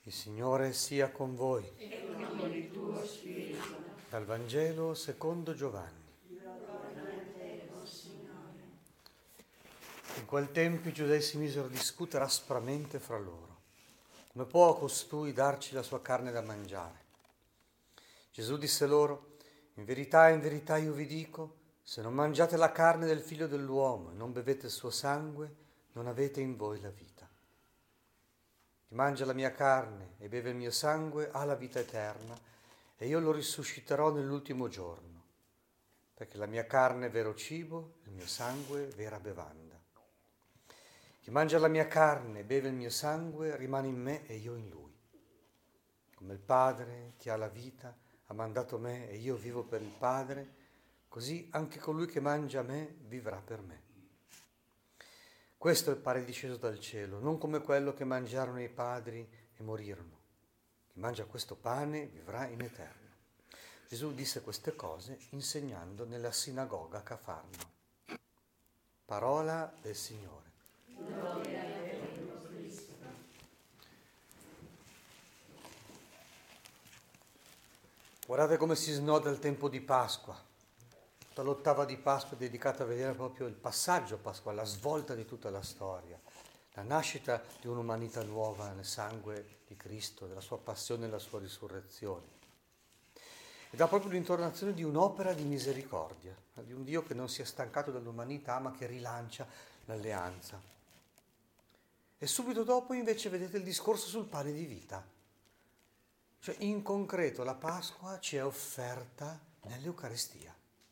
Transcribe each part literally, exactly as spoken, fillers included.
Il Signore sia con voi. E con il tuo spirito. Dal Vangelo secondo Giovanni. In quel tempo i giudei si misero a discutere aspramente fra loro. Come può costui darci la sua carne da mangiare? Gesù disse loro: in verità, in verità io vi dico, se non mangiate la carne del Figlio dell'uomo e non bevete il suo sangue, non avete in voi la vita. Chi mangia la mia carne e beve il mio sangue ha la vita eterna, e io lo risusciterò nell'ultimo giorno, perché la mia carne è vero cibo, il mio sangue è vera bevanda. Chi mangia la mia carne e beve il mio sangue rimane in me e io in lui. Come il Padre che ha la vita ha mandato me e io vivo per il Padre, così anche colui che mangia me vivrà per me. Questo è il pane disceso dal cielo, non come quello che mangiarono i padri e morirono. Chi mangia questo pane vivrà in eterno. Gesù disse queste cose insegnando nella sinagoga a Cafarno. Parola del Signore. Gloria a te, Cristo. Guardate come si snoda il tempo di Pasqua. Tutta l'ottava di Pasqua è dedicata a vedere proprio il passaggio pasquale, la svolta di tutta la storia, la nascita di un'umanità nuova nel sangue di Cristo, della sua passione e della sua risurrezione. Ed ha proprio l'intornazione di un'opera di misericordia, di un Dio che non si è stancato dell'umanità ma che rilancia l'alleanza. E subito dopo invece vedete il discorso sul pane di vita. Cioè in concreto la Pasqua ci è offerta nell'Eucaristia.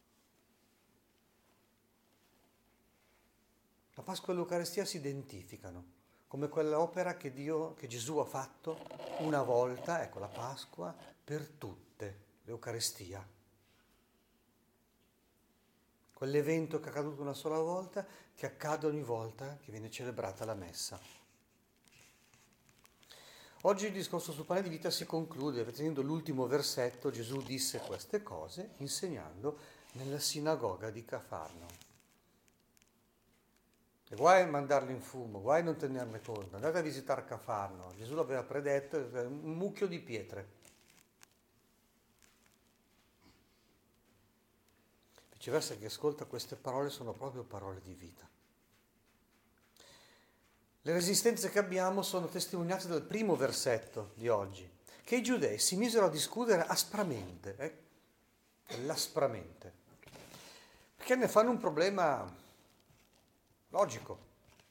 La Pasqua e l'Eucaristia si identificano come quell'opera che Dio, che Gesù ha fatto una volta, ecco la Pasqua, per tutte, l'Eucaristia. Quell'evento che è accaduto una sola volta, che accade ogni volta che viene celebrata la Messa. Oggi il discorso sul pane di vita si conclude ritenendo l'ultimo versetto. Gesù disse queste cose insegnando nella sinagoga di Cafarno. E guai a mandarlo in fumo, guai a non tenerne conto. Andate a visitare Cafarno. Gesù l'aveva predetto, un mucchio di pietre. Viceversa, chi ascolta queste parole sono proprio parole di vita. Le resistenze che abbiamo sono testimoniate dal primo versetto di oggi, che i giudei si misero a discutere aspramente, eh? l'aspramente, perché ne fanno un problema logico.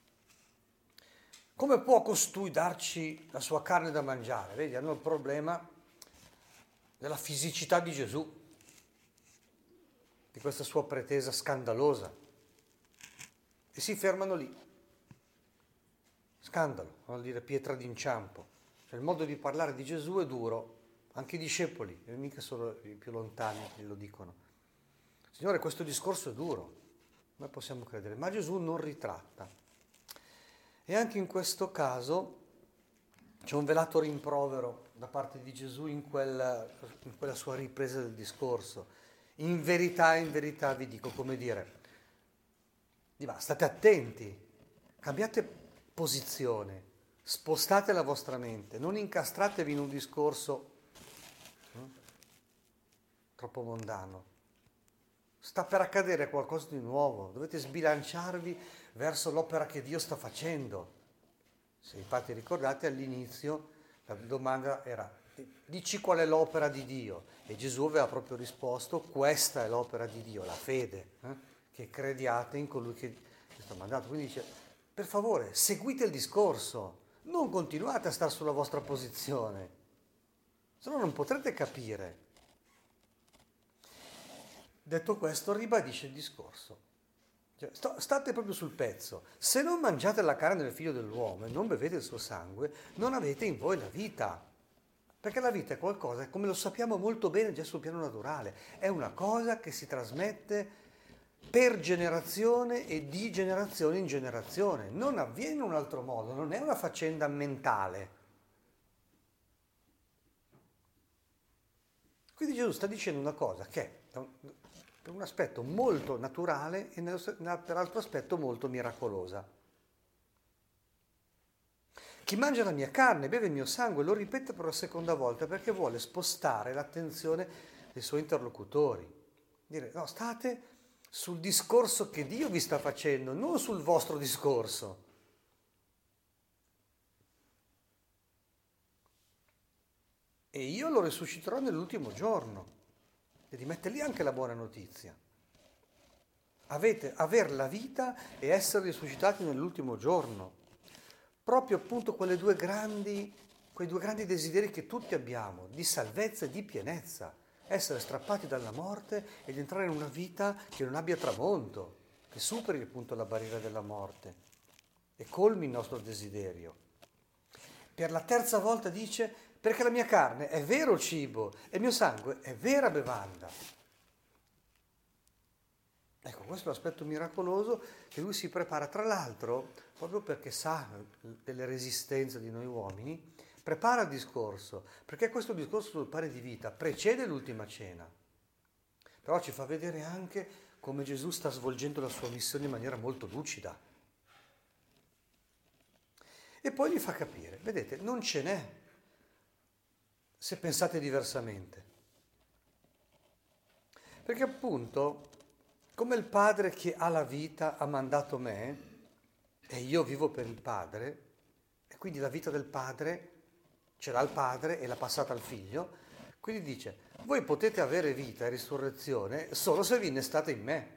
Come può costui darci la sua carne da mangiare? Vedi, hanno il problema della fisicità di Gesù, di questa sua pretesa scandalosa, e si fermano lì. Scandalo, vuol dire pietra d'inciampo. Cioè il modo di parlare di Gesù è duro, anche i discepoli, e mica solo i più lontani che lo dicono. Signore, questo discorso è duro, noi possiamo credere, ma Gesù non ritratta. E anche in questo caso c'è un velato rimprovero da parte di Gesù in quella, in quella sua ripresa del discorso. In verità, in verità vi dico, come dire, state attenti, cambiate posizione, spostate la vostra mente, non incastratevi in un discorso eh, troppo mondano. Sta per accadere qualcosa di nuovo, dovete sbilanciarvi verso l'opera che Dio sta facendo. Se infatti ricordate all'inizio la domanda era: dici qual è l'opera di Dio? E Gesù aveva proprio risposto: questa è l'opera di Dio, la fede, eh? che crediate in colui che vi sta mandato. Quindi dice: per favore, seguite il discorso, non continuate a stare sulla vostra posizione, se no non potrete capire. Detto questo, ribadisce il discorso. Cioè, sto, state proprio sul pezzo. Se non mangiate la carne del Figlio dell'uomo e non bevete il suo sangue, non avete in voi la vita. Perché la vita è qualcosa, come lo sappiamo molto bene già sul piano naturale, è una cosa che si trasmette per generazione e di generazione in generazione. Non avviene in un altro modo, non è una faccenda mentale. Quindi Gesù sta dicendo una cosa che è per un aspetto molto naturale e per altro aspetto molto miracolosa. Chi mangia la mia carne, beve il mio sangue, lo ripete per la seconda volta perché vuole spostare l'attenzione dei suoi interlocutori. Dire, no, state sul discorso che Dio vi sta facendo, non sul vostro discorso. E io lo risusciterò nell'ultimo giorno. E di mettere lì anche la buona notizia. Avete, aver la vita e essere risuscitati nell'ultimo giorno. Proprio appunto quelle due grandi, quei due grandi desideri che tutti abbiamo, di salvezza e di pienezza. Essere strappati dalla morte ed entrare in una vita che non abbia tramonto, che superi appunto la barriera della morte e colmi il nostro desiderio. Per la terza volta dice, perché la mia carne è vero cibo e il mio sangue è vera bevanda. Ecco, questo è l'aspetto miracoloso che lui si prepara, tra l'altro, proprio perché sa delle resistenze di noi uomini, prepara il discorso, perché questo discorso sul pane di vita precede l'ultima cena. Però ci fa vedere anche come Gesù sta svolgendo la sua missione in maniera molto lucida. E poi gli fa capire, vedete, non ce n'è se pensate diversamente. Perché appunto, come il Padre che ha la vita ha mandato me, e io vivo per il Padre, e quindi la vita del Padre ce l'ha il Padre e l'ha passata al Figlio, quindi dice, voi potete avere vita e risurrezione solo se vi innestate in me.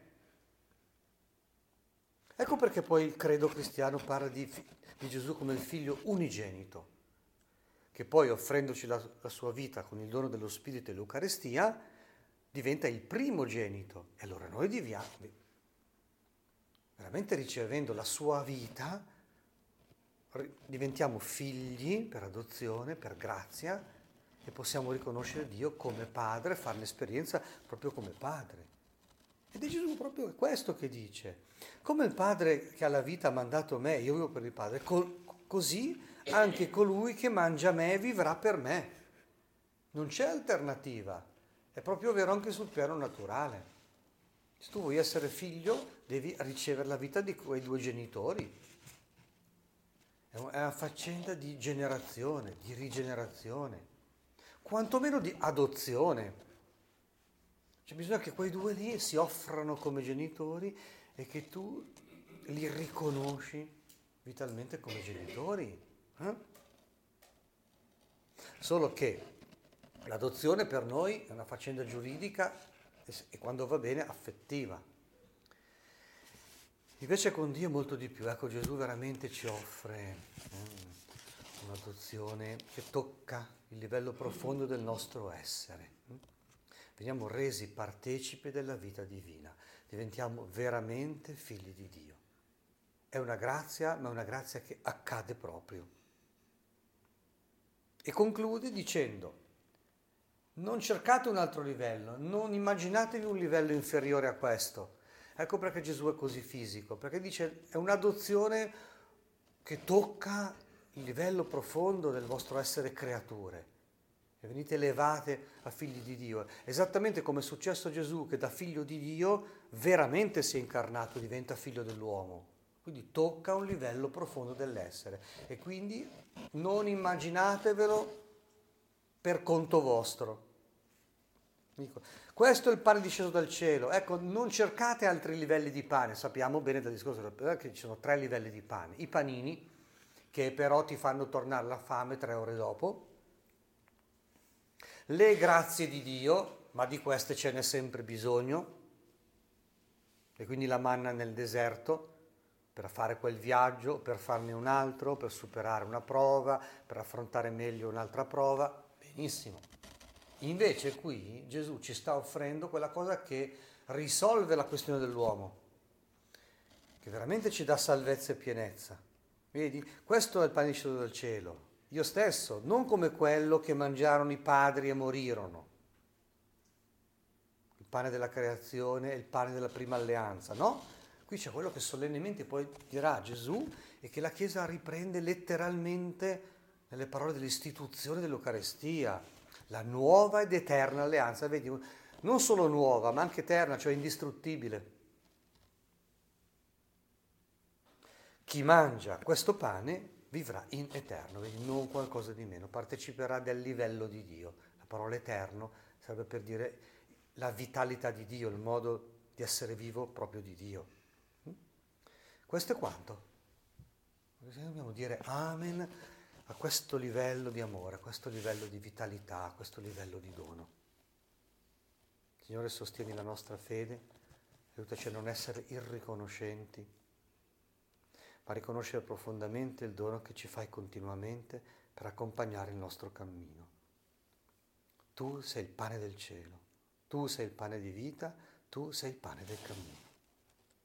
Ecco perché poi il credo cristiano parla di, di Gesù come il Figlio unigenito, che poi offrendoci la, la sua vita con il dono dello Spirito e l'Eucarestia, diventa il primogenito. E allora noi diviamo, veramente ricevendo la sua vita, diventiamo figli per adozione, per grazia, e possiamo riconoscere Dio come Padre, farne esperienza proprio come Padre. Ed è Gesù proprio questo che dice. Come il Padre che ha la vita ha mandato me, io vivo per il Padre, col, così anche colui che mangia me vivrà per me. Non c'è alternativa. È proprio vero anche sul piano naturale. Se tu vuoi essere figlio, devi ricevere la vita di quei due genitori. È una faccenda di generazione, di rigenerazione, quantomeno di adozione. Cioè bisogna che quei due lì si offrano come genitori e che tu li riconosci vitalmente come genitori. Eh? Solo che l'adozione per noi è una faccenda giuridica e quando va bene affettiva. Invece con Dio è molto di più. Ecco, Gesù veramente ci offre mm, un'adozione che tocca il livello profondo del nostro essere. Veniamo resi partecipi della vita divina, diventiamo veramente figli di Dio. È una grazia, ma è una grazia che accade proprio. E conclude dicendo, non cercate un altro livello, non immaginatevi un livello inferiore a questo. Ecco perché Gesù è così fisico, perché dice è un'adozione che tocca il livello profondo del vostro essere creature. E venite elevate a figli di Dio. Esattamente come è successo a Gesù, che da figlio di Dio veramente si è incarnato, diventa figlio dell'uomo. Quindi tocca un livello profondo dell'essere. E quindi non immaginatevelo per conto vostro. Dico, questo è il pane disceso dal cielo. Ecco, non cercate altri livelli di pane. Sappiamo bene dal discorso che ci sono tre livelli di pane. I panini, che però ti fanno tornare la fame tre ore dopo. Le grazie di Dio, ma di queste ce n'è sempre bisogno. E quindi la manna nel deserto, per fare quel viaggio, per farne un altro, per superare una prova, per affrontare meglio un'altra prova. Benissimo. Invece qui Gesù ci sta offrendo quella cosa che risolve la questione dell'uomo, che veramente ci dà salvezza e pienezza. Vedi? Questo è il pane disceso dal cielo. Io stesso, non come quello che mangiarono i padri e morirono. Il pane della creazione e il pane della prima alleanza, no? Qui c'è quello che solennemente poi dirà Gesù e che la Chiesa riprende letteralmente nelle parole dell'istituzione dell'Eucarestia, la nuova ed eterna alleanza, vedi, non solo nuova, ma anche eterna, cioè indistruttibile. Chi mangia questo pane vivrà in eterno, quindi non qualcosa di meno, parteciperà del livello di Dio. La parola eterno serve per dire la vitalità di Dio, il modo di essere vivo proprio di Dio. Questo è quanto. Dobbiamo dire amen a questo livello di amore, a questo livello di vitalità, a questo livello di dono. Signore, sostieni la nostra fede, aiutaci a non essere irriconoscenti, ma a riconoscere profondamente il dono che ci fai continuamente per accompagnare il nostro cammino. Tu sei il pane del cielo, tu sei il pane di vita, tu sei il pane del cammino.